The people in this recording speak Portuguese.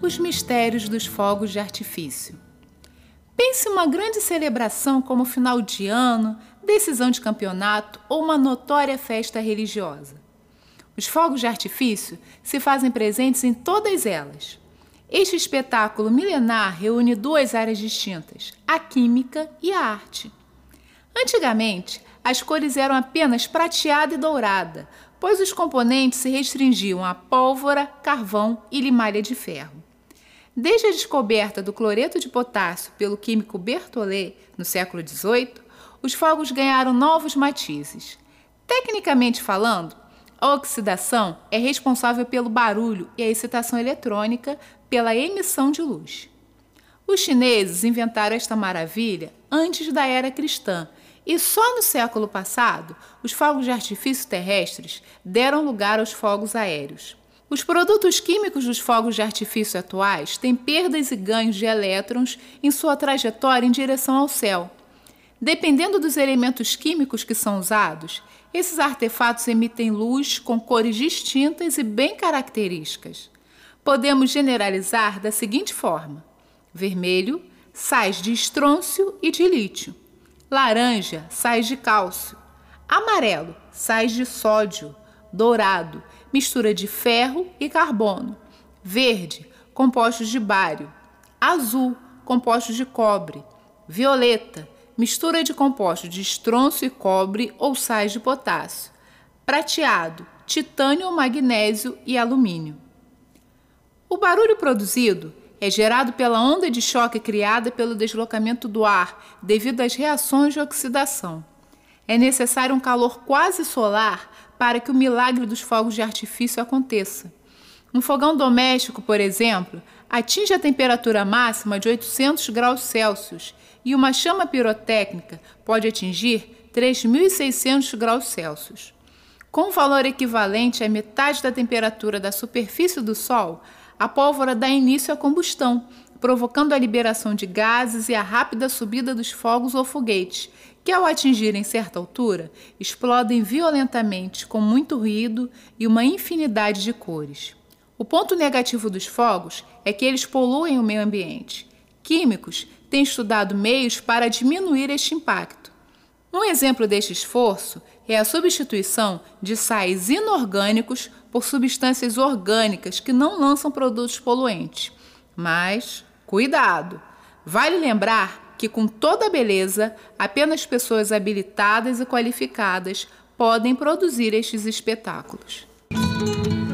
Os mistérios dos fogos de artifício. Pense em uma grande celebração como final de ano, decisão de campeonato ou uma notória festa religiosa. Os fogos de artifício se fazem presentes em todas elas. Este espetáculo milenar reúne duas áreas distintas, a química e a arte. Antigamente, as cores eram apenas prateada e dourada, pois os componentes se restringiam a pólvora, carvão e limalha de ferro. Desde a descoberta do cloreto de potássio pelo químico Berthollet, no século XVIII, os fogos ganharam novos matizes. Tecnicamente falando, a oxidação é responsável pelo barulho e a excitação eletrônica pela emissão de luz. Os chineses inventaram esta maravilha antes da era cristã e só no século passado os fogos de artifício terrestres deram lugar aos fogos aéreos. Os produtos químicos dos fogos de artifício atuais têm perdas e ganhos de elétrons em sua trajetória em direção ao céu. Dependendo dos elementos químicos que são usados, esses artefatos emitem luz com cores distintas e bem características. Podemos generalizar da seguinte forma: vermelho, sais de estrôncio e de lítio; laranja, sais de cálcio; amarelo, sais de sódio; dourado, mistura de ferro e carbono; verde, compostos de bário; azul, compostos de cobre; violeta, mistura de compostos de estrôncio e cobre ou sais de potássio; prateado, titânio, magnésio e alumínio. O barulho produzido é gerado pela onda de choque criada pelo deslocamento do ar devido às reações de oxidação. É necessário um calor quase solar para que o milagre dos fogos de artifício aconteça. Um fogão doméstico, por exemplo, atinge a temperatura máxima de 800 graus Celsius e uma chama pirotécnica pode atingir 3.600 graus Celsius. Com um valor equivalente à metade da temperatura da superfície do Sol, a pólvora dá início à combustão, provocando a liberação de gases e a rápida subida dos fogos ou foguetes, que ao atingirem certa altura, explodem violentamente com muito ruído e uma infinidade de cores. O ponto negativo dos fogos é que eles poluem o meio ambiente. Químicos têm estudado meios para diminuir este impacto. Um exemplo deste esforço é a substituição de sais inorgânicos por substâncias orgânicas que não lançam produtos poluentes. Mas, cuidado! Vale lembrar que, com toda a beleza, apenas pessoas habilitadas e qualificadas podem produzir estes espetáculos.